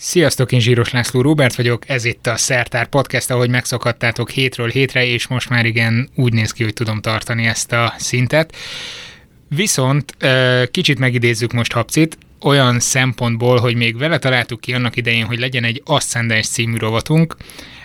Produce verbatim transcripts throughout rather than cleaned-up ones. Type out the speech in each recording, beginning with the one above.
Sziasztok, én Zsíros László Róbert vagyok, ez itt a Szertár Podcast, ahogy megszokhattátok hétről hétre, és most már igen úgy néz ki, hogy tudom tartani ezt a szintet. Viszont kicsit megidézzük most Habcit, olyan szempontból, hogy még vele találtuk ki annak idején, hogy legyen egy Aszcendens című rovatunk,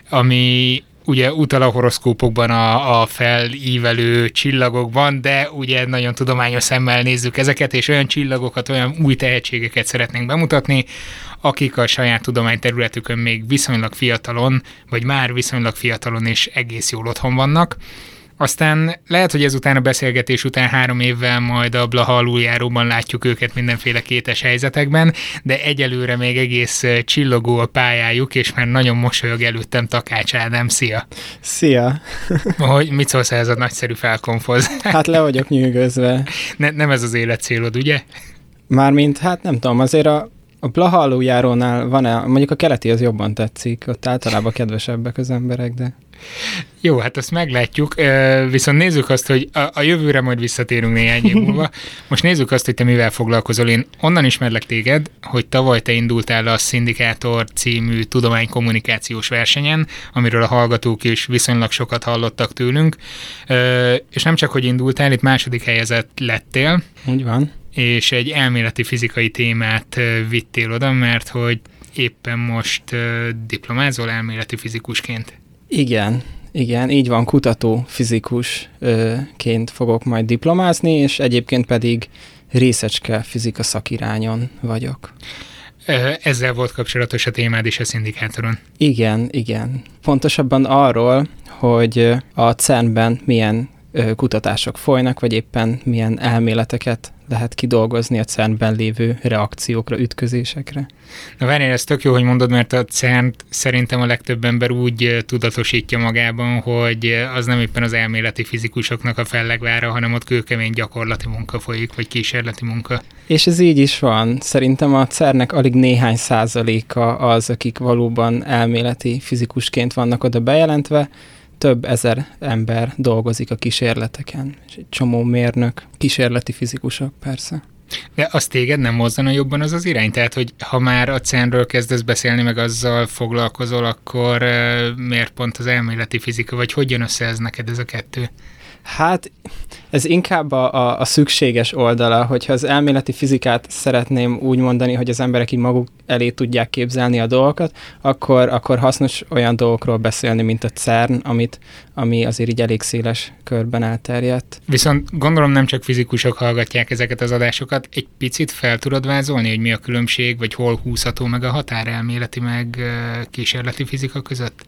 ami ugye utal a horoszkópokban a, a felívelő csillagokban, de ugye nagyon tudományos szemmel nézzük ezeket, és olyan csillagokat, olyan új tehetségeket szeretnénk bemutatni, akik a saját tudományterületükön még viszonylag fiatalon, vagy már viszonylag fiatalon és egész jól otthon vannak. Aztán lehet, hogy ezután a beszélgetés után három évvel majd a Blaha aluljáróban látjuk őket mindenféle kétes helyzetekben, de egyelőre még egész csillogó a pályájuk, és már nagyon mosolyog előttem Takács Ádám. Szia! Szia! Hogy mit szólsz ez a nagyszerű Falconhoz? Hát le vagyok nyűgözve. Ne, nem ez az életcélod, ugye? Mármint, hát nem tudom, azért a A Blaha aluljárónál van-e, mondjuk a keleti az jobban tetszik, ott általában kedvesebbek az emberek, de... Jó, hát azt meglátjuk, viszont nézzük azt, hogy a, a jövőre majd visszatérünk néhány év múlva. Most nézzük azt, hogy te mivel foglalkozol. Én onnan ismerlek téged, hogy tavaly te indultál a Szindikátor című tudománykommunikációs versenyen, amiről a hallgatók is viszonylag sokat hallottak tőlünk, és nem csak, hogy indultál, itt második helyezett lettél. Úgy van. És egy elméleti fizikai témát vittél oda, mert hogy éppen most diplomázol elméleti fizikusként. Igen, igen, így van, kutató fizikusként fogok majd diplomázni, és egyébként pedig részecske fizika szakirányon vagyok. Ezzel volt kapcsolatos a témád is a Szindikátoron. Igen, igen. Pontosabban arról, hogy a cernben milyen kutatások folynak, vagy éppen milyen elméleteket lehet kidolgozni a cernben lévő reakciókra, ütközésekre. Na várjál, ez tök jó, hogy mondod, mert a cert szerintem a legtöbb ember úgy tudatosítja magában, hogy az nem éppen az elméleti fizikusoknak a fellegvára, hanem ott kőkemény gyakorlati munka folyik, vagy kísérleti munka. És ez így is van. Szerintem a cérnek alig néhány százaléka az, akik valóban elméleti fizikusként vannak oda bejelentve, több ezer ember dolgozik a kísérleteken, és egy csomó mérnök, kísérleti fizikusok persze. De azt téged nem mozdana jobban az az irány? Tehát, hogy ha már a cernről kezdesz beszélni, meg azzal foglalkozol, akkor uh, miért pont az elméleti fizika, vagy hogy jön össze ez neked ez a kettő? Hát ez inkább a, a, a szükséges oldala, hogyha az elméleti fizikát szeretném úgy mondani, hogy az emberek így maguk elé tudják képzelni a dolgokat, akkor, akkor hasznos olyan dolgokról beszélni, mint a cern, amit, ami azért így elég széles körben elterjedt. Viszont gondolom nem csak fizikusok hallgatják ezeket az adásokat, egy picit fel tudod vázolni, hogy mi a különbség, vagy hol húzható meg a határ elméleti meg kísérleti fizika között?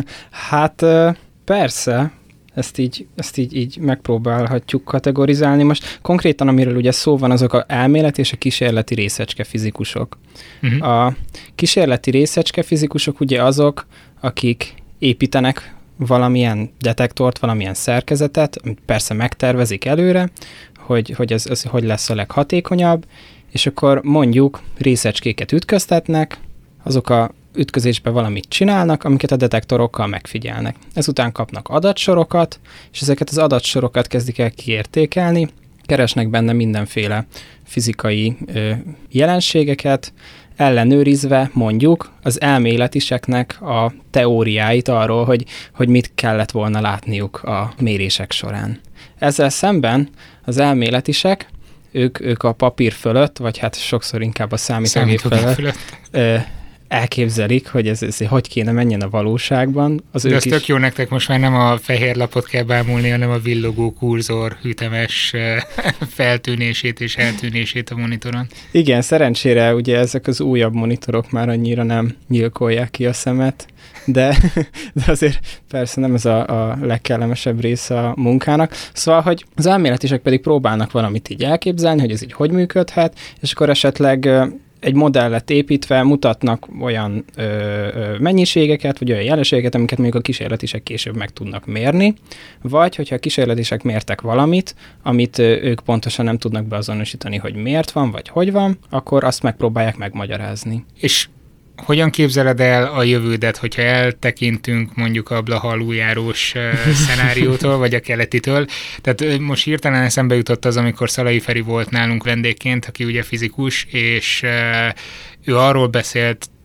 Hát persze. Ezt így, ezt így, így megpróbálhatjuk kategorizálni. Most konkrétan, amiről ugye szó van, azok az elméleti és a kísérleti részecske fizikusok. Uh-huh. A kísérleti részecske fizikusok ugye azok, akik építenek valamilyen detektort, valamilyen szerkezetet, amit persze megtervezik előre, hogy, hogy ez, ez hogy lesz a leghatékonyabb, és akkor mondjuk részecskéket ütköztetnek, azok a ütközésben valamit csinálnak, amiket a detektorokkal megfigyelnek. Ezután kapnak adatsorokat, és ezeket az adatsorokat kezdik el kiértékelni, keresnek benne mindenféle fizikai ö, jelenségeket, ellenőrizve mondjuk az elméletiseknek a teóriáit arról, hogy, hogy mit kellett volna látniuk a mérések során. Ezzel szemben az elméletisek, ők, ők a papír fölött, vagy hát sokszor inkább a számítógép fölött, fölött. Ö, elképzelik, hogy ez, ez hogy kéne menjen a valóságban. Az De ők az is... tök jó nektek, most már nem a fehér lapot kell bámulni, hanem a villogó kurzor ütemes feltűnését és eltűnését a monitoron. Igen, szerencsére ugye ezek az újabb monitorok már annyira nem nyilkolják ki a szemet, de, de azért persze nem ez a, a legkellemesebb része a munkának. Szóval, hogy az elméletisek pedig próbálnak valamit így elképzelni, hogy ez így hogy működhet, és akkor esetleg egy modellet építve mutatnak olyan ö, ö, mennyiségeket, vagy olyan jelenségeket, amiket mondjuk a kísérletisek később meg tudnak mérni, vagy hogyha a kísérletisek mértek valamit, amit ö, ők pontosan nem tudnak beazonosítani, hogy miért van, vagy hogy van, akkor azt megpróbálják megmagyarázni. És hogyan képzeled el a jövődet, hogyha eltekintünk mondjuk a Blaha aluljárós szenáriótól, vagy a keletitől? Tehát most hirtelen eszembe jutott az, amikor Szalai Feri volt nálunk vendégként, aki ugye fizikus, és ő arról beszélt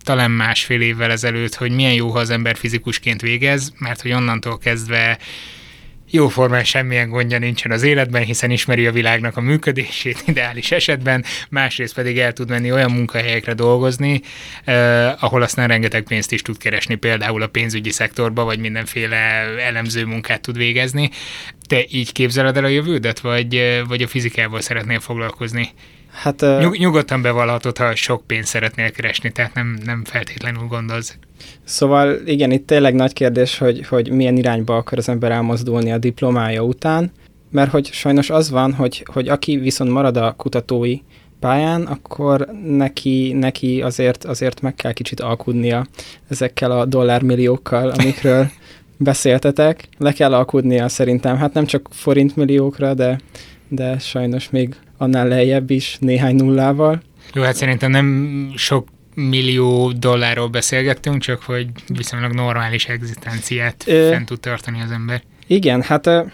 talán másfél évvel ezelőtt, hogy milyen jó, ha az ember fizikusként végez, mert hogy onnantól kezdve jóformán semmilyen gondja nincsen az életben, hiszen ismeri a világnak a működését ideális esetben, másrészt pedig el tud menni olyan munkahelyekre dolgozni, eh, ahol aztán rengeteg pénzt is tud keresni, például a pénzügyi szektorba, vagy mindenféle elemző munkát tud végezni. Te így képzeled el a jövődet, vagy, vagy a fizikával szeretnél foglalkozni? Hát, uh... Nyug, nyugodtan bevallhatod, ha sok pénzt szeretnél keresni, tehát nem, nem feltétlenül gondolsz. Szóval igen, itt tényleg nagy kérdés, hogy, hogy milyen irányba akar az ember elmozdulni a diplomája után, mert hogy sajnos az van, hogy, hogy aki viszont marad a kutatói pályán, akkor neki, neki azért, azért meg kell kicsit alkudnia ezekkel a dollármilliókkal, amikről beszéltetek. Le kell alkudnia szerintem, hát nem csak forintmilliókra, de, de sajnos még annál lejjebb is néhány nullával. Jó, hát szerintem nem sok millió dollárról beszélgettünk, csak hogy viszonylag normális egzisztenciát Ö, fent tud tartani az ember. Igen, hát ö,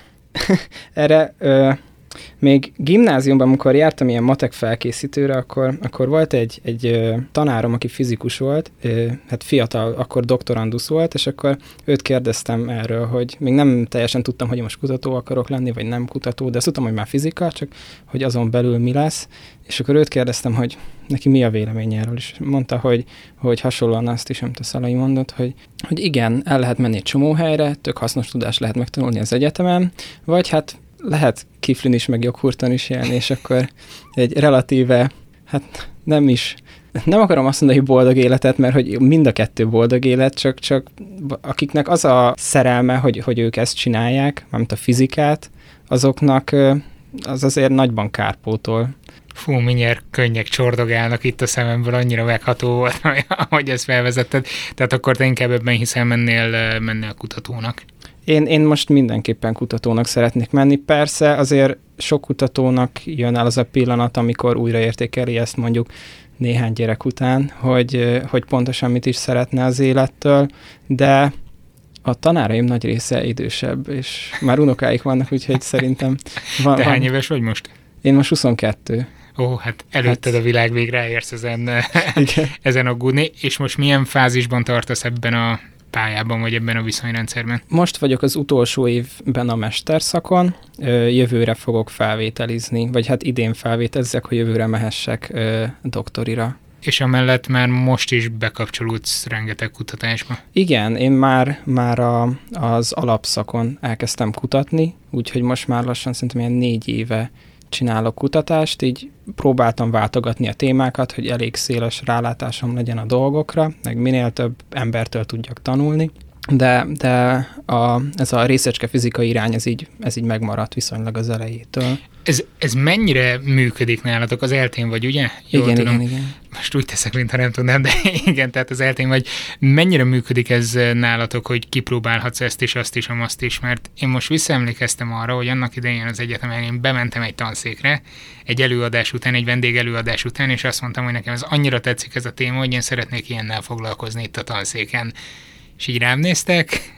erre ö, még gimnáziumban, amikor jártam ilyen matek felkészítőre, akkor, akkor volt egy, egy ö, tanárom, aki fizikus volt, ö, hát fiatal, akkor doktorandusz volt, és akkor őt kérdeztem erről, hogy még nem teljesen tudtam, hogy most kutató akarok lenni, vagy nem kutató, de azt tudtam, hogy már fizika, csak hogy azon belül mi lesz, és akkor őt kérdeztem, hogy neki mi a véleménye erről, és mondta, hogy, hogy hasonlóan azt is, amit a Szalai mondott, hogy, hogy igen, el lehet menni egy csomó helyre, tök hasznos tudást lehet megtanulni az egyetemen, vagy hát lehet kiflin is, meg joghurton is élni, és akkor egy relatíve, hát nem is, nem akarom azt mondani, hogy boldog életet, mert hogy mind a kettő boldog élet, csak, csak akiknek az a szerelme, hogy, hogy ők ezt csinálják, mármint a fizikát, azoknak az azért nagyban kárpótol. Fú, mindjárt könnyek csordogálnak itt a szememből, annyira megható volt, ahogy ezt felvezetted. Tehát akkor te inkább ebben hiszel mennél, mennél kutatónak. Én, én most mindenképpen kutatónak szeretnék menni. Persze azért sok kutatónak jön el az a pillanat, amikor újraértékeli ezt mondjuk néhány gyerek után, hogy, hogy pontosan mit is szeretne az élettől, de a tanáraim nagy része idősebb, és már unokáik vannak, úgyhogy szerintem van. Te hány éves vagy most? Én most huszonkettő. Ó, hát előtted hát... a világ végre elérsz ezen, ezen aggódni, és most milyen fázisban tartasz ebben a pályában, vagy ebben a viszonyrendszerben? Most vagyok az utolsó évben a mesterszakon, jövőre fogok felvételizni, vagy hát idén felvételizek, hogy jövőre mehessek doktorira. És amellett már most is bekapcsolódsz rengeteg kutatásba? Igen, én már, már a, az alapszakon elkezdtem kutatni, úgyhogy most már lassan szerintem ilyen négy éve csinálok kutatást, így próbáltam váltogatni a témákat, hogy elég széles rálátásom legyen a dolgokra, meg minél több embertől tudjak tanulni, de, de a, ez a részecske fizikai irány, ez így, ez így megmaradt viszonylag az elejétől. Ez, ez mennyire működik nálatok? Az eltén vagy, ugye? Jól igen, tudom. igen, igen. Most úgy teszek, mintha nem tudnám, de igen, tehát az eltén vagy. Mennyire működik ez nálatok, hogy kipróbálhatsz ezt is, azt is, azt is? Mert én most visszaemlékeztem arra, hogy annak idején az egyetemen én bementem egy tanszékre, egy előadás után, egy vendégelőadás után, és azt mondtam, hogy nekem ez annyira tetszik ez a téma, hogy én szeretnék ilyennel foglalkozni itt a tanszéken. És így rám néztek,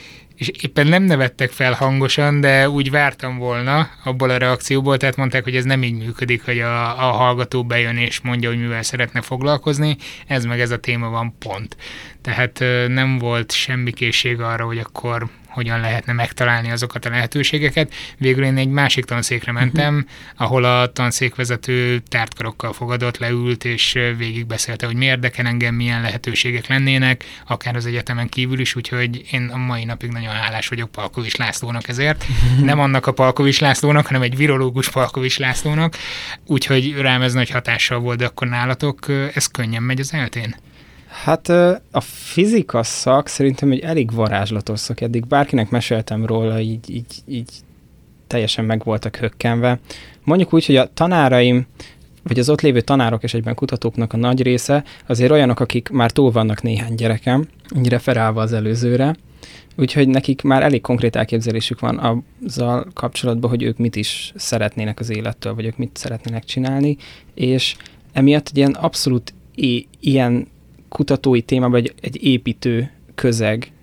és éppen nem nevettek fel hangosan, de úgy vártam volna abból a reakcióból, tehát mondták, hogy ez nem így működik, hogy a, a hallgató bejön és mondja, hogy mivel szeretne foglalkozni, ez meg ez a téma van, pont. Tehát nem volt semmi készség arra, hogy akkor hogyan lehetne megtalálni azokat a lehetőségeket. Végül én egy másik tanszékre mentem, uh-huh. ahol a tanszékvezető tártkarokkal fogadott, leült, és végigbeszélte, hogy mi érdekel engem, milyen lehetőségek lennének, akár az egyetemen kívül is, úgyhogy én a mai napig nagyon hálás vagyok Palkovics Lászlónak ezért. Uh-huh. Nem annak a Palkovics Lászlónak, hanem egy virológus Palkovics Lászlónak, úgyhogy rám ez nagy hatással volt, de akkor nálatok ez könnyen megy az eltén? Hát a fizika szak szerintem egy elég varázslatos szak. Eddig bárkinek meséltem róla, így, így, így teljesen meg voltak hökkenve. Mondjuk úgy, hogy a tanáraim, vagy az ott lévő tanárok és egyben kutatóknak a nagy része azért olyanok, akik már túl vannak néhány gyerekem, így referálva az előzőre. Úgyhogy nekik már elég konkrét elképzelésük van azzal kapcsolatban, hogy ők mit is szeretnének az élettől, vagy ők mit szeretnének csinálni, és emiatt egy ilyen abszolút é- ilyen kutatói témában egy, egy építő közeg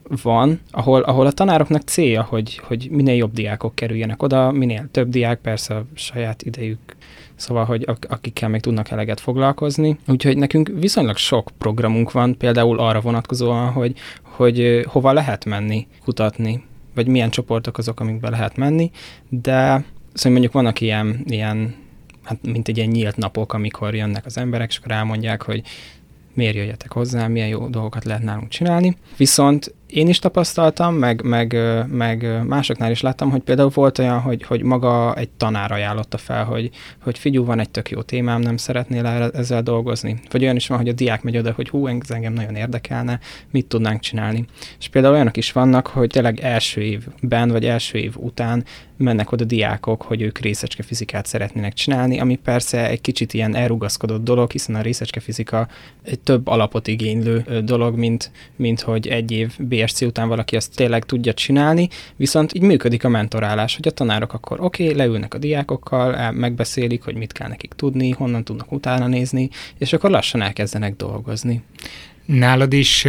van, ahol, ahol a tanároknak célja, hogy, hogy minél jobb diákok kerüljenek oda, minél több diák, persze a saját idejük, szóval, hogy akikkel még tudnak eleget foglalkozni. Úgyhogy nekünk viszonylag sok programunk van, például arra vonatkozóan, hogy, hogy hova lehet menni, kutatni, vagy milyen csoportok azok, amikbe lehet menni, de szóval mondjuk vannak ilyen, ilyen hát mint egy ilyen nyílt napok, amikor jönnek az emberek, és akkor elmondják, hogy miért jöjjetek hozzá, milyen jó dolgokat lehet nálunk csinálni. Viszont én is tapasztaltam, meg, meg, meg másoknál is láttam, hogy például volt olyan, hogy, hogy maga egy tanár ajánlotta fel, hogy, hogy figyelj, van egy tök jó témám, nem szeretnél ezzel dolgozni. Vagy olyan is van, hogy a diák megy oda, hogy hú, ez engem nagyon érdekelne, mit tudnánk csinálni. És például olyanok is vannak, hogy tényleg első évben, vagy első év után mennek oda diákok, hogy ők részecskefizikát szeretnének csinálni, ami persze egy kicsit ilyen elrugaszkodott dolog, hiszen a részecskefizika egy több alapot igénylő dolog, mint, mint hogy egy év bé es cé után valaki azt tényleg tudja csinálni, viszont így működik a mentorálás, hogy a tanárok akkor oké, okay, leülnek a diákokkal, megbeszélik, hogy mit kell nekik tudni, honnan tudnak utána nézni, és akkor lassan elkezdenek dolgozni. Nálad is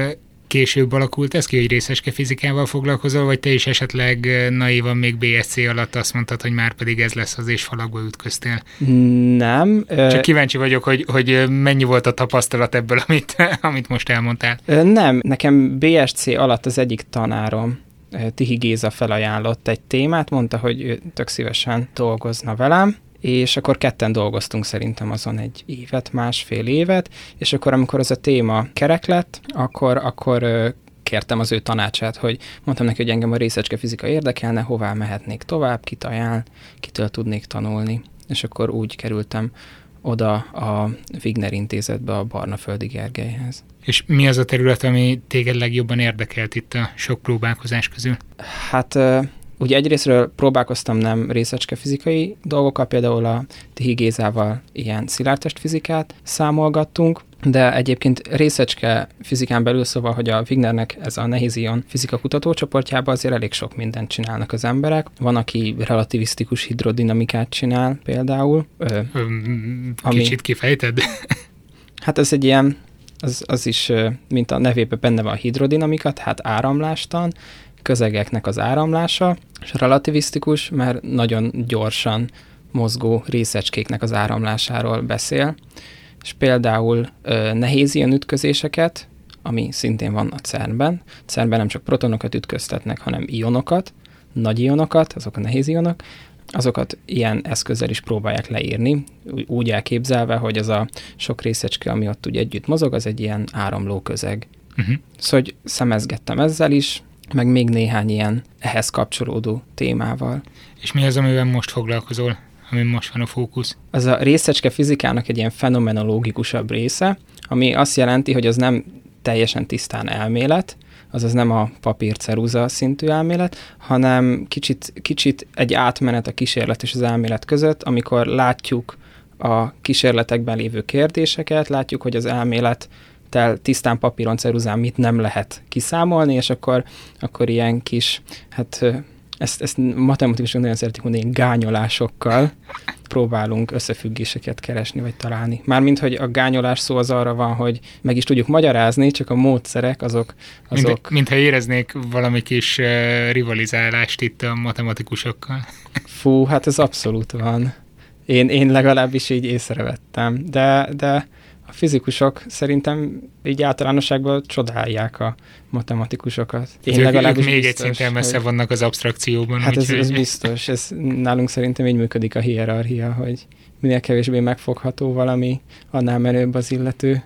később alakult ez ki, hogy részecske fizikával foglalkozol, vagy te is esetleg naívan még bé es cé alatt azt mondtad, hogy már pedig ez lesz az, és falakba ütköztél? Nem. Csak kíváncsi vagyok, hogy, hogy mennyi volt a tapasztalat ebből, amit, amit most elmondtál. Nem, nekem bé es cé alatt az egyik tanárom, Tihi Géza felajánlott egy témát, mondta, hogy ő tök szívesen dolgozna velem, és akkor ketten dolgoztunk szerintem azon egy évet, másfél évet, és akkor amikor az a téma kerek lett, akkor, akkor kértem az ő tanácsát, hogy mondtam neki, hogy engem a részecskefizika érdekelne, hová mehetnék tovább, kit ajánl, kitől tudnék tanulni. És akkor úgy kerültem oda a Wigner Intézetbe, a Barnaföldi Gergelyhez. És mi az a terület, ami téged legjobban érdekelt itt a sok próbálkozás közül? Hát ugye egyrésztről próbálkoztam nem részecskefizikai dolgokkal, például a Tihi Gézával ilyen szilárdtestfizikát számolgattunk, de egyébként részecske fizikán belül, szóval, hogy a Wignernek ez a nehézion fizika kutatócsoportjában azért elég sok mindent csinálnak az emberek. Van, aki relativisztikus hidrodinamikát csinál például. Ö, ami, kicsit kifejted? Hát ez egy ilyen, az, az is, mint a nevében benne van a hidrodinamika, tehát áramlástan, közegeknek az áramlása, és relativisztikus, mert nagyon gyorsan mozgó részecskéknek az áramlásáról beszél. És például ö, nehéz ilyen ütközéseket, ami szintén van a cernben. A cernben nem csak protonokat ütköztetnek, hanem ionokat, nagy ionokat, azok a nehéz ionok, azokat ilyen eszközzel is próbálják leírni, úgy elképzelve, hogy az a sok részecske, ami ott úgy együtt mozog, az egy ilyen áramló közeg. Uh-huh. Szóval, hogy szemezgettem ezzel is, meg még néhány ilyen ehhez kapcsolódó témával. És mi az, amivel most foglalkozol, amin most van a fókusz? Az a részecske fizikának egy ilyen fenomenológikusabb része, ami azt jelenti, hogy az nem teljesen tisztán elmélet, azaz nem a papír-ceruza szintű elmélet, hanem kicsit, kicsit egy átmenet a kísérlet és az elmélet között, amikor látjuk a kísérletekben lévő kérdéseket, látjuk, hogy az elmélet tisztán papíron, ceruzán mit nem lehet kiszámolni, és akkor, akkor ilyen kis, hát ezt, ezt matematikusok nagyon szeretik mondani, ilyen gányolásokkal próbálunk összefüggéseket keresni, vagy találni. Mármint, hogy a gányolás szó az arra van, hogy meg is tudjuk magyarázni, csak a módszerek azok... azok... Mint, mintha éreznék valami kis uh, rivalizálást itt a matematikusokkal. Fú, hát ez abszolút van. Én, én legalábbis így észrevettem, de... de a fizikusok szerintem így általánosságban csodálják a matematikusokat. Én ők, legalábbis ők még biztos, egy szinten messze hogy... vannak az abstrakcióban. Hát ez, ez biztos. Ez, nálunk szerintem így működik a hierarchia, hogy minél kevésbé megfogható valami, annál menőbb az illető.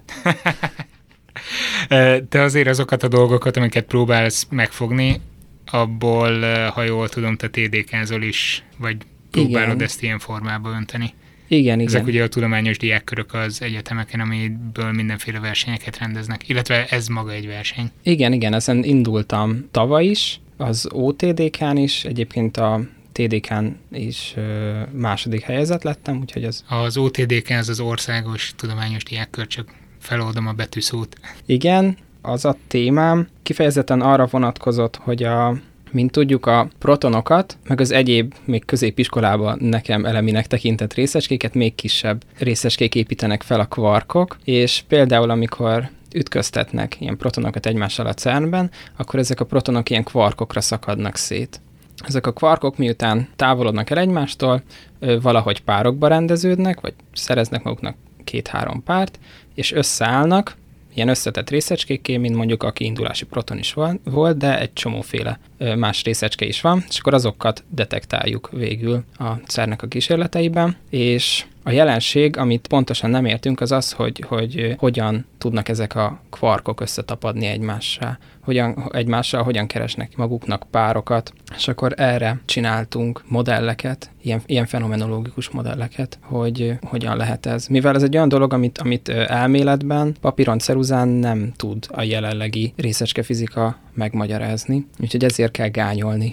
Te azért azokat a dolgokat, amiket próbálsz megfogni, abból, ha jól tudom, te té dé ká-zol is, vagy próbálod igen. ezt ilyen formába önteni. Igen, Ezek igen. ugye a tudományos diákkörök az egyetemeken, amiből mindenféle versenyeket rendeznek, illetve ez maga egy verseny. Igen, igen, ezen indultam tavaly is, az o té dé ká-n is, egyébként a té dé ká-n is ö, második helyezett lettem, úgyhogy az... Az o té dé ká az az országos tudományos diákkör, csak feloldom a betűszót. Igen, az a témám kifejezetten arra vonatkozott, hogy a mint tudjuk, a protonokat, meg az egyéb, még középiskolában nekem eleminek tekintett részecskéket még kisebb részecskék építenek fel a kvarkok, és például amikor ütköztetnek ilyen protonokat egymással a cernben, akkor ezek a protonok ilyen kvarkokra szakadnak szét. Ezek a kvarkok miután távolodnak el egymástól, valahogy párokba rendeződnek, vagy szereznek maguknak két-három párt, és összeállnak, ilyen összetett részecskékké, mint mondjuk a kiindulási proton is volt, de egy csomóféle más részecske is van, és akkor azokat detektáljuk végül a cérnek a kísérleteiben, és a jelenség, amit pontosan nem értünk, az az, hogy, hogy hogyan tudnak ezek a kvarkok összetapadni egymással, hogyan, egymással, hogyan keresnek maguknak párokat, és akkor erre csináltunk modelleket, ilyen, ilyen fenomenológikus modelleket, hogy hogyan lehet ez. Mivel ez egy olyan dolog, amit, amit elméletben, papíron, ceruzán nem tud a jelenlegi részecskefizika megmagyarázni, úgyhogy ezért kell gányolni.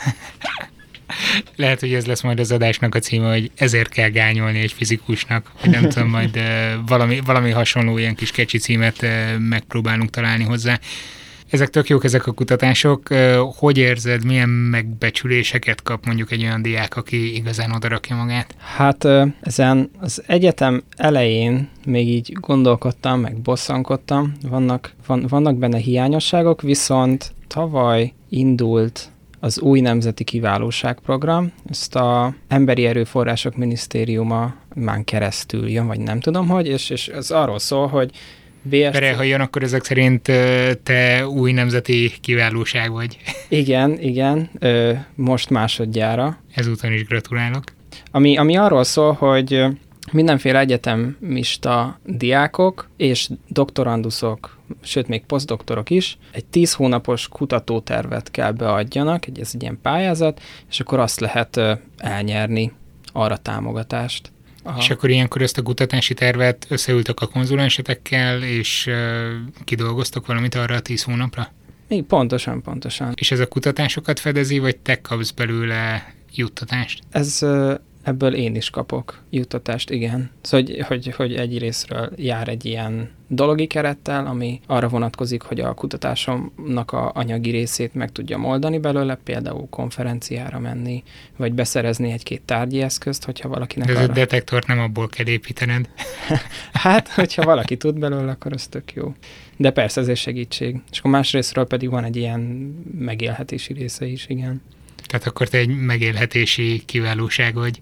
Lehet, hogy ez lesz majd az adásnak a címe, hogy ezért kell gányolni egy fizikusnak, hogy nem tudom, majd valami, valami hasonló ilyen kis kecsi címet megpróbálunk találni hozzá. Ezek tök jók, ezek a kutatások. Hogy érzed, milyen megbecsüléseket kap mondjuk egy olyan diák, aki igazán odarakja magát? Hát ezen az egyetem elején még így gondolkodtam, meg bosszankodtam. Vannak, van, vannak benne hiányosságok, viszont tavaly indult az új nemzeti kiválóságprogram, ezt a Emberi Erőforrások Minisztériuma már keresztül jön, vagy nem tudom hogy, és, és ez arról szól, hogy bé es cé... Pere, ha jön, akkor ezek szerint te új nemzeti kiválóság vagy. Igen, igen, most másodjára. Ezúton is gratulálok. Ami, ami arról szól, hogy mindenféle egyetemista diákok és doktoranduszok, sőt még posztdoktorok is, egy tíz hónapos kutatótervet kell beadjanak, egy, ez egy ilyen pályázat, és akkor azt lehet elnyerni arra támogatást. Aha. És akkor ilyenkor ezt a kutatási tervet összeültök a konzulensetekkel, és uh, kidolgoztok valamit arra a tíz hónapra? Még pontosan, pontosan. És ez a kutatásokat fedezi, vagy te kapsz belőle juttatást? Ez... Ebből én is kapok juttatást, igen. Szóval, hogy, hogy, hogy egy részről jár egy ilyen dologi kerettel, ami arra vonatkozik, hogy a kutatásomnak a anyagi részét meg tudjam oldani belőle, például konferenciára menni, vagy beszerezni egy-két tárgyi eszközt, hogyha valakinek De ez arra... a detektort nem abból kell építened. Hát, hogyha valaki tud belőle, akkor az tök jó. De persze, ez egy segítség. És akkor más részről pedig van egy ilyen megélhetési része is, igen. Tehát akkor te egy megélhetési kiválóság vagy.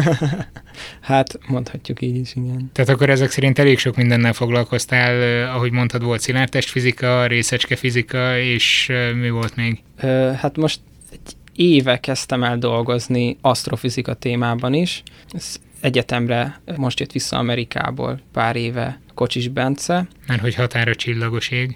Hát mondhatjuk így is, igen. Tehát akkor ezek szerint elég sok mindennel foglalkoztál, ahogy mondtad, volt szilárdtestfizika, részecskefizika, és mi volt még? Hát most egy éve kezdtem el dolgozni asztrofizika témában is. Ez egyetemre most jött vissza Amerikából pár éve Kocsis Bence. Mert hogy határa csillagos ég.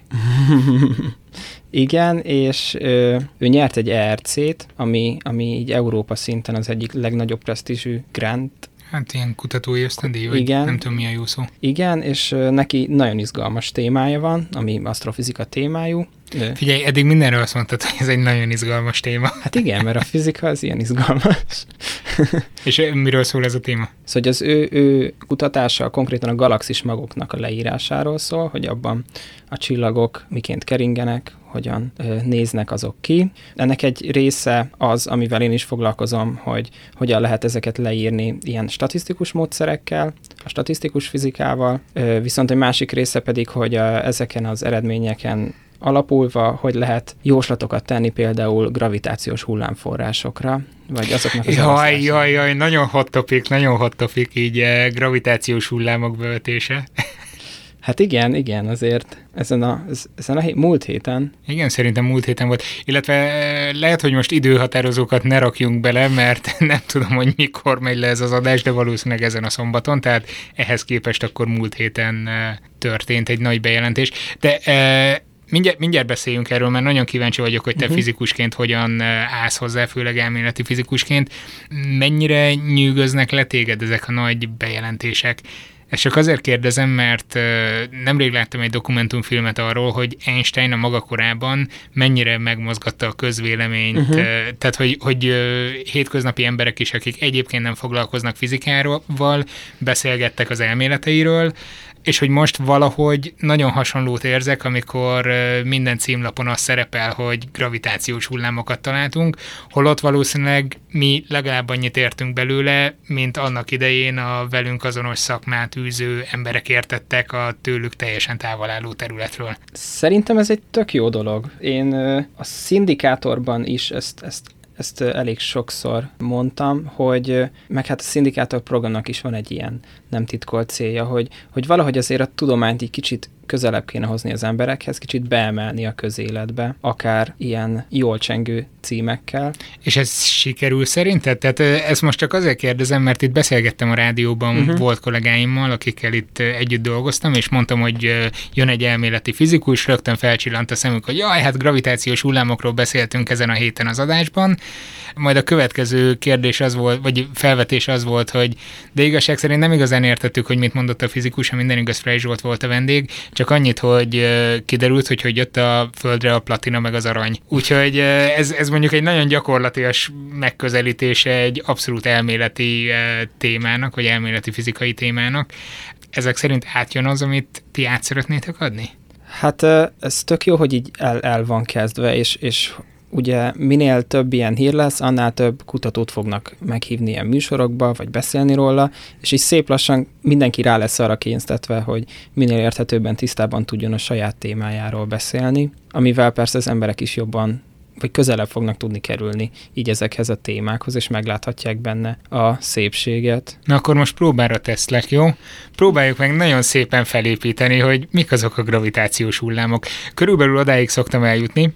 Igen, és ö, ő nyert egy E R C-t, ami, ami így Európa szinten az egyik legnagyobb presztízsű grant. Hát ilyen kutatói ösztöndíj, vagy igen, nem tudom mi a jó szó. Igen, és ö, neki nagyon izgalmas témája van, ami asztrofizika témájú. Figyelj, eddig mindenről azt mondtad, hogy ez egy nagyon izgalmas téma. Hát igen, mert a fizika az ilyen izgalmas. És miről szól ez a téma? Szóval az ő, ő kutatása konkrétan a galaxis maguknak a leírásáról szól, hogy abban a csillagok miként keringenek, hogyan ö, néznek azok ki. Ennek egy része az, amivel én is foglalkozom, hogy hogyan lehet ezeket leírni ilyen statisztikus módszerekkel, a statisztikus fizikával, ö, viszont egy másik része pedig, hogy a, ezeken az eredményeken alapulva, hogy lehet jóslatokat tenni például gravitációs hullámforrásokra, vagy azoknak az Jaj, jaj, jaj, nagyon hot topic, nagyon hot topic, így eh, gravitációs hullámok bevetése. Hát igen, igen, azért ezen a, ezen a hé- múlt héten. Igen, szerintem múlt héten volt. Illetve lehet, hogy most időhatározókat ne rakjunk bele, mert nem tudom, hogy mikor megy le ez az adás, de valószínűleg ezen a szombaton, tehát ehhez képest akkor múlt héten történt egy nagy bejelentés. De eh, Mindjárt, mindjárt beszéljünk erről, mert nagyon kíváncsi vagyok, hogy te uh-huh. fizikusként hogyan állsz hozzá, főleg elméleti fizikusként. Mennyire nyűgöznek le téged ezek a nagy bejelentések? Ezt csak azért kérdezem, mert nemrég láttam egy dokumentumfilmet arról, hogy Einstein a maga korában mennyire megmozgatta a közvéleményt. Uh-huh. Tehát, hogy, hogy hétköznapi emberek is, akik egyébként nem foglalkoznak fizikával, beszélgettek az elméleteiről, és hogy most valahogy nagyon hasonlót érzek, amikor minden címlapon az szerepel, hogy gravitációs hullámokat találtunk, holott valószínűleg mi legalább annyit értünk belőle, mint annak idején a velünk azonos szakmát űző emberek értettek a tőlük teljesen távol álló területről. Szerintem ez egy tök jó dolog. Én a szindikátorban is ezt, ezt Ezt elég sokszor mondtam, hogy meg hát a szindikátor programnak is van egy ilyen nem titkolt célja, hogy, hogy valahogy azért a tudományt egy kicsit közelebb kéne hozni az emberekhez, kicsit beemelni a közéletbe, akár ilyen jól csengő címekkel. És ez sikerül szerinted? Tehát ezt most csak azért kérdezem, mert itt beszélgettem a rádióban uh-huh. volt kollégáimmal, akikkel itt együtt dolgoztam, és mondtam, hogy jön egy elméleti fizikus, rögtön felcsillant a szemük, hogy jaj, hát gravitációs hullámokról beszéltünk ezen a héten az adásban. Majd a következő kérdés az volt, vagy felvetés az volt, hogy de igazság szerint nem igazán értettük, hogy mit mondott a fizikus, ha minden igaz, Frey Zsolt volt a vendég, csak annyit, hogy kiderült, hogy hogy jött a Földre a platina meg az arany. Úgyhogy ez, ez mondjuk egy nagyon gyakorlatias megközelítése egy abszolút elméleti témának, vagy elméleti fizikai témának. Ezek szerint átjön az, amit ti át szeretnétek adni? Hát ez tök jó, hogy így el, el van kezdve, és, és ugye minél több ilyen hír lesz, annál több kutatót fognak meghívni ilyen műsorokba, vagy beszélni róla, és így szép lassan mindenki rá lesz arra kényszerítve, hogy minél érthetőbben, tisztában tudjon a saját témájáról beszélni, amivel persze az emberek is jobban, vagy közelebb fognak tudni kerülni így ezekhez a témákhoz, és megláthatják benne a szépséget. Na akkor most próbára teszlek, jó? Próbáljuk meg nagyon szépen felépíteni, hogy mik azok a gravitációs hullámok. Körülbelül odáig szoktam eljutni,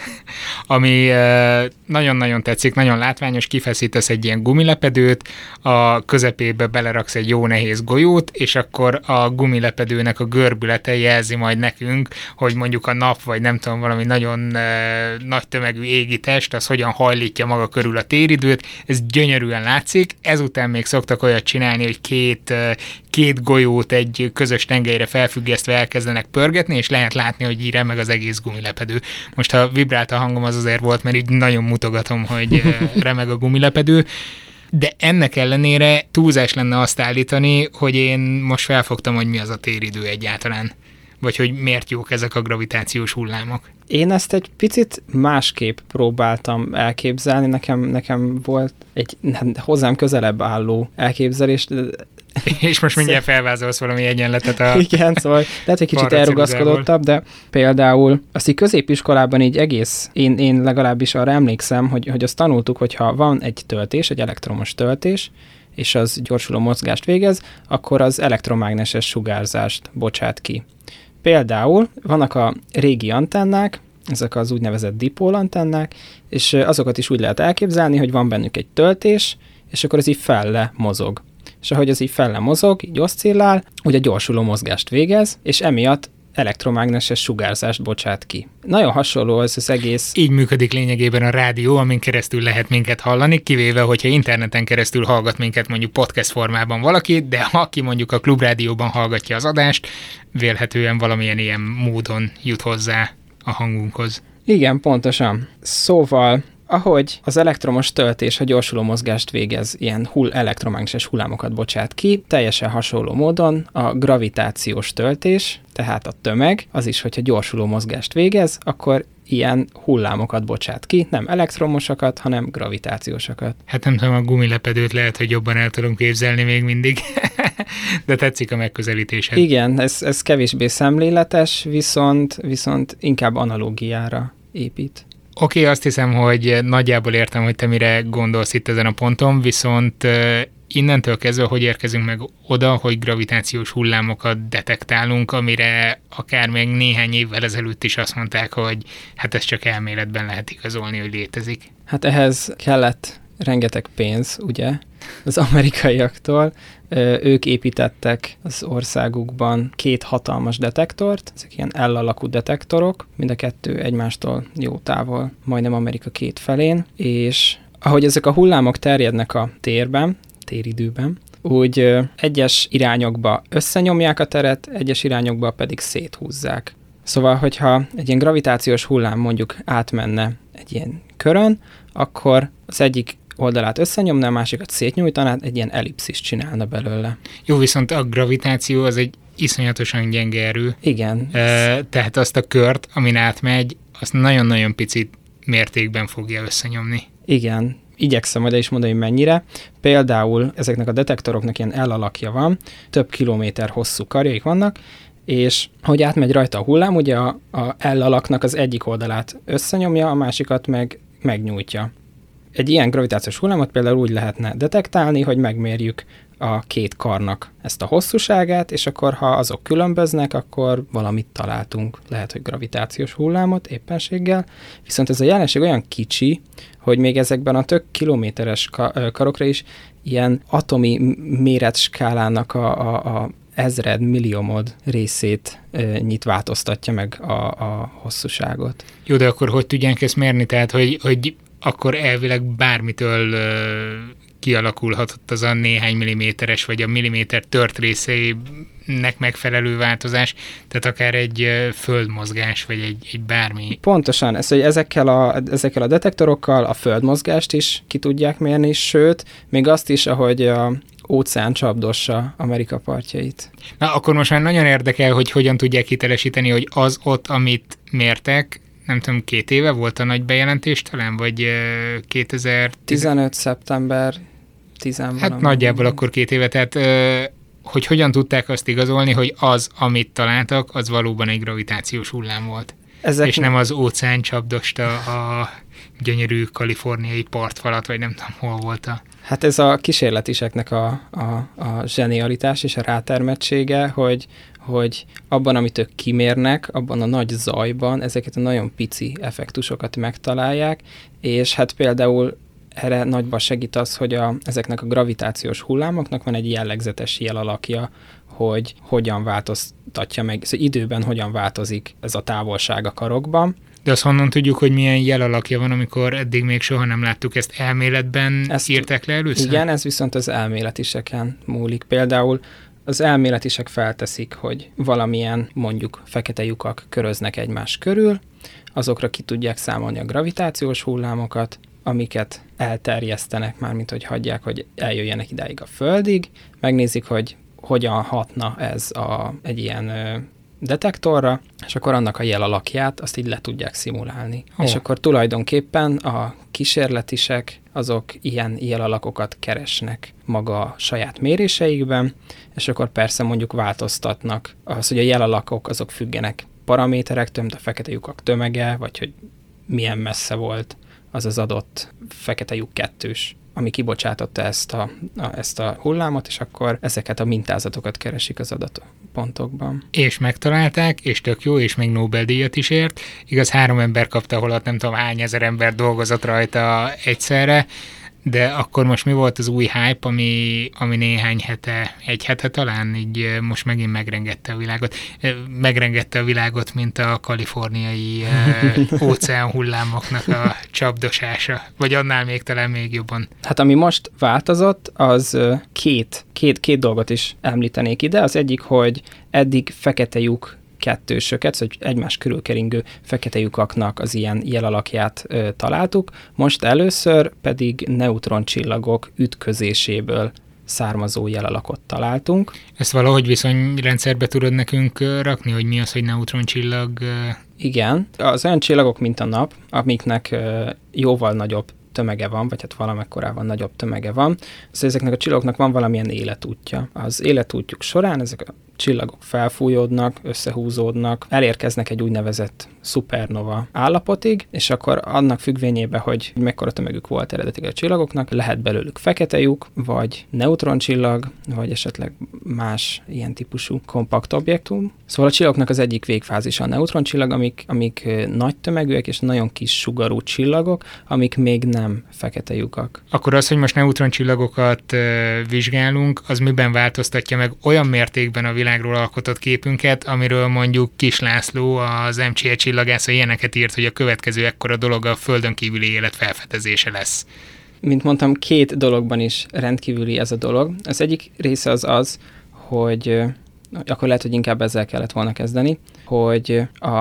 ami nagyon-nagyon tetszik, nagyon látványos, kifeszítesz egy ilyen gumilepedőt, a közepébe beleraksz egy jó nehéz golyót, és akkor a gumilepedőnek a görbülete jelzi majd nekünk, hogy mondjuk a nap, vagy nem tudom, valami nagyon nagy tömegű égi test, az hogyan hajlítja maga körül a téridőt, ez gyönyörűen látszik, ezután még szoktak olyat csinálni, hogy két, két golyót egy közös tengelyre felfüggesztve elkezdenek pörgetni, és lehet látni, hogy így remeg az egész gumilepedő. Most ha vibrált a hangom, az azért volt, mert így nagyon mutogatom, hogy remeg a gumilepedő, de ennek ellenére túlzás lenne azt állítani, hogy én most felfogtam, hogy mi az a téridő egyáltalán, vagy hogy miért jók ezek a gravitációs hullámok. Én ezt egy picit másképp próbáltam elképzelni, nekem, nekem volt egy hozzám közelebb álló elképzelés. És most mindjárt felvázolsz valami egyenletet a... Igen, szóval lehet, hogy kicsit elrugaszkodottabb, de például azt így középiskolában így egész, én, én legalábbis arra emlékszem, hogy, hogy azt tanultuk, hogyha van egy töltés, egy elektromos töltés, és az gyorsuló mozgást végez, akkor az elektromágneses sugárzást bocsát ki. Például vannak a régi antennák, ezek az úgynevezett dipól antennák, és azokat is úgy lehet elképzelni, hogy van bennük egy töltés, és akkor ez így felle mozog. És ahogy az így felle mozog, így oszcillál, ugye gyorsuló mozgást végez, és emiatt elektromágneses sugárzást bocsát ki. Nagyon hasonló ez az egész. Így működik lényegében a rádió, amin keresztül lehet minket hallani, kivéve, hogyha interneten keresztül hallgat minket mondjuk podcast formában valaki, de ha aki mondjuk a klubrádióban hallgatja az adást, vélhetően valamilyen ilyen módon jut hozzá a hangunkhoz. Igen, pontosan. Szóval ahogy az elektromos töltés a gyorsuló mozgást végez, ilyen hull elektromágneses hullámokat bocsát ki, teljesen hasonló módon a gravitációs töltés, tehát a tömeg, az is, hogyha gyorsuló mozgást végez, akkor ilyen hullámokat bocsát ki, nem elektromosakat, hanem gravitációsakat. Hát nem tudom, a gumilepedőt lehet, hogy jobban el tudom képzelni még mindig, de tetszik a megközelítésed. Igen, ez, ez kevésbé szemléletes, viszont, viszont inkább analógiára épít. Oké, okay, azt hiszem, hogy nagyjából értem, hogy te mire gondolsz itt ezen a ponton, viszont innentől kezdve, hogy érkezünk meg oda, hogy gravitációs hullámokat detektálunk, amire akár még néhány évvel ezelőtt is azt mondták, hogy hát ez csak elméletben lehet igazolni, hogy létezik. Hát ehhez kellett rengeteg pénz, ugye, az amerikaiaktól. Ők építettek az országukban két hatalmas detektort, ezek ilyen L-alakú detektorok, mind a kettő egymástól jó távol, majdnem Amerika két felén, és ahogy ezek a hullámok terjednek a térben, téridőben, úgy egyes irányokba összenyomják a teret, egyes irányokba pedig széthúzzák. Szóval, hogyha egy ilyen gravitációs hullám mondjuk átmenne egy ilyen körön, akkor az egyik oldalát összenyomná, a másikat szétnyújtaná, egy ilyen ellipszist csinálna belőle. Jó, viszont a gravitáció az egy iszonyatosan gyenge erő. Igen. Tehát azt a kört, amin átmegy, azt nagyon-nagyon picit mértékben fogja összenyomni. Igen. Igyekszem majd is mondani, hogy mennyire. Például ezeknek a detektoroknak ilyen L-alakja van, több kilométer hosszú karjaik vannak, és hogy átmegy rajta a hullám, ugye a, a L-alaknak az egyik oldalát összenyomja, a másikat meg megnyújtja. Egy ilyen gravitációs hullámot például úgy lehetne detektálni, hogy megmérjük a két karnak ezt a hosszúságát, és akkor ha azok különböznek, akkor valamit találtunk. Lehet, hogy gravitációs hullámot éppenséggel. Viszont ez a jelenség olyan kicsi, hogy még ezekben a tök kilométeres karokra is ilyen atomi méretskálának a, a, a ezred, milliomod részét e, nyit változtatja meg a, a hosszúságot. Jó, de akkor hogy tudják ezt mérni? Tehát, hogy, hogy akkor elvileg bármitől e, kialakulhatott az a néhány milliméteres, vagy a milliméter tört részeinek megfelelő változás, tehát akár egy földmozgás, vagy egy, egy bármi. Pontosan, ez, hogy ezekkel a, ezekkel a detektorokkal a földmozgást is ki tudják mérni, sőt, még azt is, ahogy a óceán csapdossa Amerika partjait. Na, akkor most már nagyon érdekel, hogy hogyan tudják hitelesíteni, hogy az ott, amit mértek, nem tudom, két éve volt a nagy bejelentés talán, vagy kétezer-tizenöt szeptember tizenvalahogy. Hát nagyjából akkor két éve, tehát hogy hogyan tudták azt igazolni, hogy az, amit találtak, az valóban egy gravitációs hullám volt. Ezek és nem az óceán csapdosta a gyönyörű kaliforniai partfalat, vagy nem tudom, hol volt a... Hát ez a kísérletiseknek a, a, a zsenialitás és a rátermettsége, hogy, hogy abban, amit ők kimérnek, abban a nagy zajban ezeket a nagyon pici effektusokat megtalálják, és hát például erre nagyban segít az, hogy a, ezeknek a gravitációs hullámoknak van egy jellegzetes jelalakja, hogy hogyan változtatja meg, szóval időben hogyan változik ez a távolság a karokban. De azt honnan tudjuk, hogy milyen jelalakja van, amikor eddig még soha nem láttuk ezt elméletben, ezt írták le először? Igen, ez viszont az elméletiseken múlik. Például az elméletisek felteszik, hogy valamilyen mondjuk fekete lyukak köröznek egymás körül, azokra ki tudják számolni a gravitációs hullámokat, amiket elterjesztenek, mármint hogy hagyják, hogy eljöjjenek idáig a Földig, megnézik, hogy hogyan hatna ez a, egy ilyen ö, detektorra, és akkor annak a jelalakját azt így le tudják szimulálni. Oh. És akkor tulajdonképpen a kísérletisek azok ilyen jelalakokat keresnek maga a saját méréseikben, és akkor persze mondjuk változtatnak az, hogy a jelalakok azok függenek paraméterektől, mint a fekete lyukak tömege, vagy hogy milyen messze volt az az adott fekete lyuk kettős, ami kibocsátotta ezt a, a, ezt a hullámot, és akkor ezeket a mintázatokat keresik az adatpontokban. És megtalálták, és tök jó, és még Nobel-díjat is ért. Igaz, három ember kapta, holott nem tudom hány ezer ember dolgozott rajta egyszerre, de akkor most mi volt az új hype, ami, ami néhány hete, egy hete talán így most megint megrengette a világot. Megrengette a világot, mint a kaliforniai óceán hullámoknak a csapdosása. Vagy annál még talán még jobban. Hát ami most változott, az két, két, két dolgot is említenék ide. Az egyik, hogy eddig fekete lyuk kettősöket, szóval egymás körül keringő fekete lyukaknak az ilyen jelalakját ö, találtuk, most először pedig neutroncsillagok ütközéséből származó jelalakot találtunk. Ezt valahogy viszonyrendszerbe tudod nekünk rakni, hogy mi az, hogy neutroncsillag? Igen. Az olyan csillagok, mint a nap, amiknek ö, jóval nagyobb tömege van, vagy hát valamekkorában nagyobb tömege van. Szóval ezeknek a csillagoknak van valamilyen életútja. Az életútjuk során ezek a csillagok felfújódnak, összehúzódnak, elérkeznek egy úgynevezett szupernova állapotig, és akkor annak függvényében, hogy mekkora tömegük volt eredetileg a csillagoknak, lehet belőlük fekete lyuk, vagy neutroncsillag, vagy esetleg más ilyen típusú kompakt objektum. Szóval a csillagoknak az egyik végfázisa a neutroncsillag, amik, amik nagy tömegűek és nagyon kis sugarú csillagok, amik még nem fekete lyukak. Akkor az, hogy most neutroncsillagokat uh, vizsgálunk, az miben változtatja meg olyan mértékben a világról alkotott képünket, amiről mondjuk Kis László, az em cé e csillagásza ilyeneket írt, hogy a következő ekkora dolog a földön kívüli élet felfedezése lesz. Mint mondtam, két dologban is rendkívüli ez a dolog. Az egyik része az az, hogy akkor lehet, hogy inkább ezzel kellett volna kezdeni, hogy a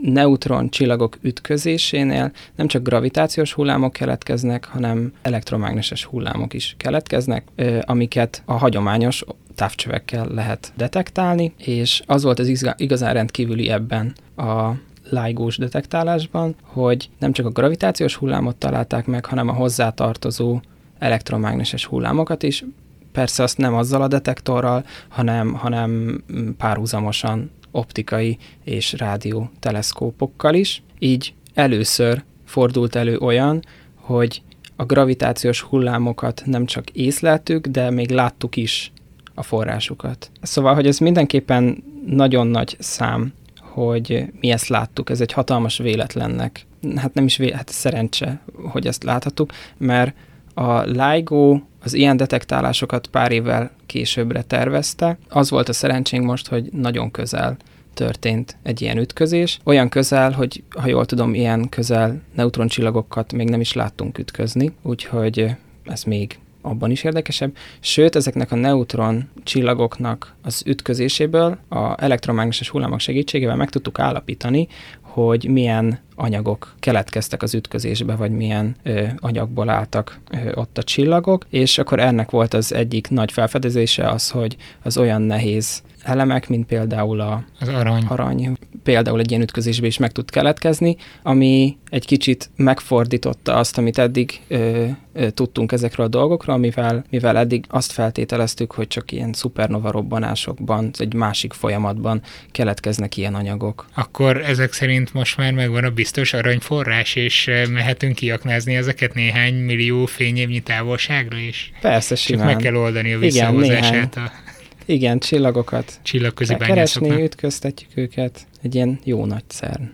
neutron csillagok ütközésénél nem csak gravitációs hullámok keletkeznek, hanem elektromágneses hullámok is keletkeznek, amiket a hagyományos távcsövekkel lehet detektálni, és az volt az igazán rendkívüli ebben a LIGO-s detektálásban, hogy nem csak a gravitációs hullámot találták meg, hanem a hozzátartozó elektromágneses hullámokat is. Persze azt nem azzal a detektorral, hanem, hanem párhuzamosan optikai és rádió teleszkópokkal is. Így először fordult elő olyan, hogy a gravitációs hullámokat nem csak észleltük, de még láttuk is a forrásukat. Szóval, hogy ez mindenképpen nagyon nagy szám, hogy mi ezt láttuk. Ez egy hatalmas véletlennek. Hát nem is vé- hát szerencse, hogy ezt láthattuk, mert a LIGO az ilyen detektálásokat pár évvel későbbre tervezte. Az volt a szerencsénk most, hogy nagyon közel történt egy ilyen ütközés. Olyan közel, hogy ha jól tudom, ilyen közel neutroncsillagokat még nem is láttunk ütközni, úgyhogy ez még abban is érdekesebb. Sőt, ezeknek a neutron csillagoknak az ütközéséből a elektromágneses hullámok segítségével meg tudtuk állapítani, hogy milyen anyagok keletkeztek az ütközésbe, vagy milyen ö, anyagból álltak ö, ott a csillagok, és akkor ennek volt az egyik nagy felfedezése az, hogy az olyan nehéz elemek, mint például a az arany. arany, például egy ilyen ütközésbe is meg tud keletkezni, ami egy kicsit megfordította azt, amit eddig ö, ö, tudtunk ezekről a dolgokról, mivel, mivel eddig azt feltételeztük, hogy csak ilyen szupernova robbanásokban, egy másik folyamatban keletkeznek ilyen anyagok. Akkor ezek szerint most már megvan a biztos aranyforrás, és mehetünk kiaknázni ezeket néhány millió fényévnyi távolságra is? Persze, simán. Csak meg kell oldani a visszahozását. A... Igen, csillagokat csillagközi keresni, ütköztetjük őket. Egy ilyen jó nagy CERN.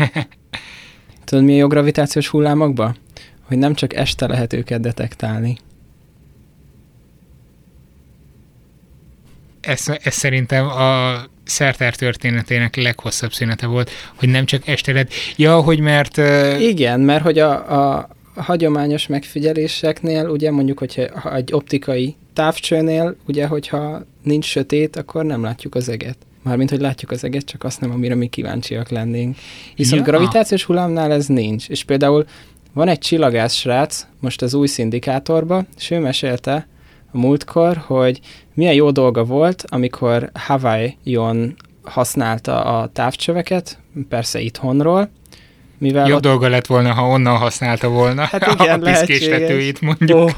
Tudod, mi a jó gravitációs hullámokban? Hogy nem csak este lehet őket detektálni. Ez, ez szerintem a szertár történetének leghosszabb szünete volt, hogy nem csak este lehet. Ja, hogy mert... Uh... Igen, mert hogy a, a hagyományos megfigyeléseknél, ugye mondjuk, hogyha egy optikai távcsőnél, ugye, hogyha nincs sötét, akkor nem látjuk az eget. Mármint, hogy látjuk az eget, csak azt nem, amire mi kíváncsiak lennénk. Viszont ja. gravitációs hullámnál ez nincs. És például van egy csillagász srác, most az új szindikátorba, és ő mesélte a múltkor, hogy milyen jó dolga volt, amikor Hawaii-on használta a távcsöveket, persze itthonról, mivel jobb ott... dolga lett volna, ha onnan használta volna hát igen, a piszkéstetőit, mondjuk. Oh.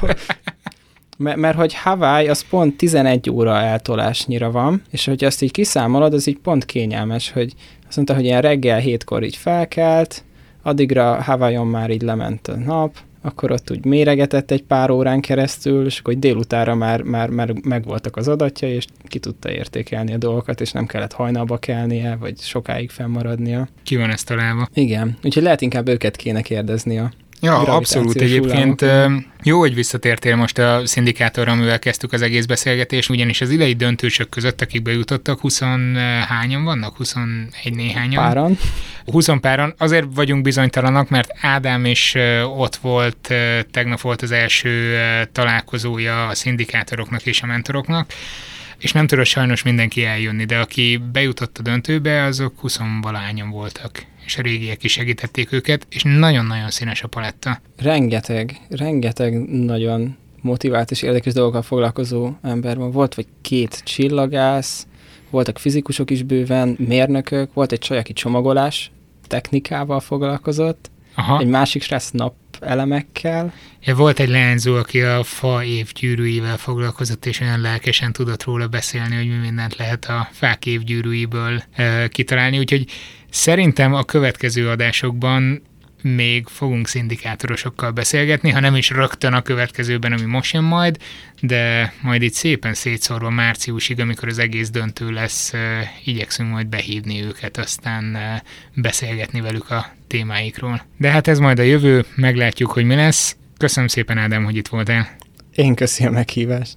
Mert, mert hogy Hawaii az pont tizenegy óra eltolásnyira van, és hogy azt így kiszámolod, az így pont kényelmes, hogy azt mondta, hogy ilyen reggel hétkor így felkelt, addigra Hawaiion már így lement a nap, akkor ott úgy méregetett egy pár órán keresztül, és akkor délutára már, már, már megvoltak az adatja, és ki tudta értékelni a dolgokat, és nem kellett hajnalba kelnie, vagy sokáig fennmaradnia. Ki van ezt találva? Igen, úgyhogy lehet inkább őket kéne kérdezni a Ja, abszolút egyébként. Jó, hogy visszatértél most a szindikátorra, amivel kezdtük az egész beszélgetést, ugyanis az idei döntősök között, akik bejutottak, huszonhányan vannak? huszonegy néhányan? Páran. húsz páran. Azért vagyunk bizonytalanak, mert Ádám is ott volt, tegnap volt az első találkozója a szindikátoroknak és a mentoroknak, és nem tudott sajnos mindenki eljönni, de aki bejutott a döntőbe, azok huszonvalahányan voltak, és a régiek is segítették őket, és nagyon-nagyon színes a paletta. Rengeteg, rengeteg nagyon motivált és érdekes dolgokkal foglalkozó ember van. Volt vagy két csillagász, voltak fizikusok is bőven, mérnökök, volt egy csaj, aki csomagolás technikával foglalkozott, aha. Egy másik srác napelemekkel. Ja, volt egy leányzó, aki a fa évgyűrűivel foglalkozott, és olyan lelkesen tudott róla beszélni, hogy mi mindent lehet a fák évgyűrűiből e, kitalálni, úgyhogy szerintem a következő adásokban még fogunk szindikátorosokkal beszélgetni, ha nem is rögtön a következőben, ami most jön majd, de majd itt szépen szétszórva márciusig, amikor az egész döntő lesz, igyekszünk majd behívni őket, aztán beszélgetni velük a témáikról. De hát ez majd a jövő, meglátjuk, hogy mi lesz. Köszönöm szépen, Ádám, hogy itt voltál. Én köszönöm a meghívást.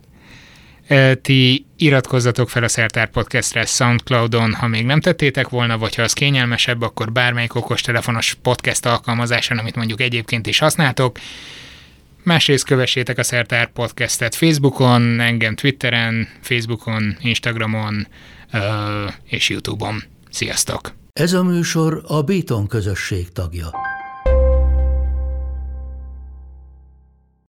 Ti iratkozzatok fel a Szertár Podcastre SoundCloudon, ha még nem tettétek volna, vagy ha az kényelmesebb, akkor bármelyik okostelefonos podcast alkalmazáson, amit mondjuk egyébként is használtok. Másrészt kövessétek a Szertár Podcastet Facebookon, engem Twitteren, Facebookon, Instagramon és YouTube-on. Sziasztok! Ez a műsor a Béton közösség tagja.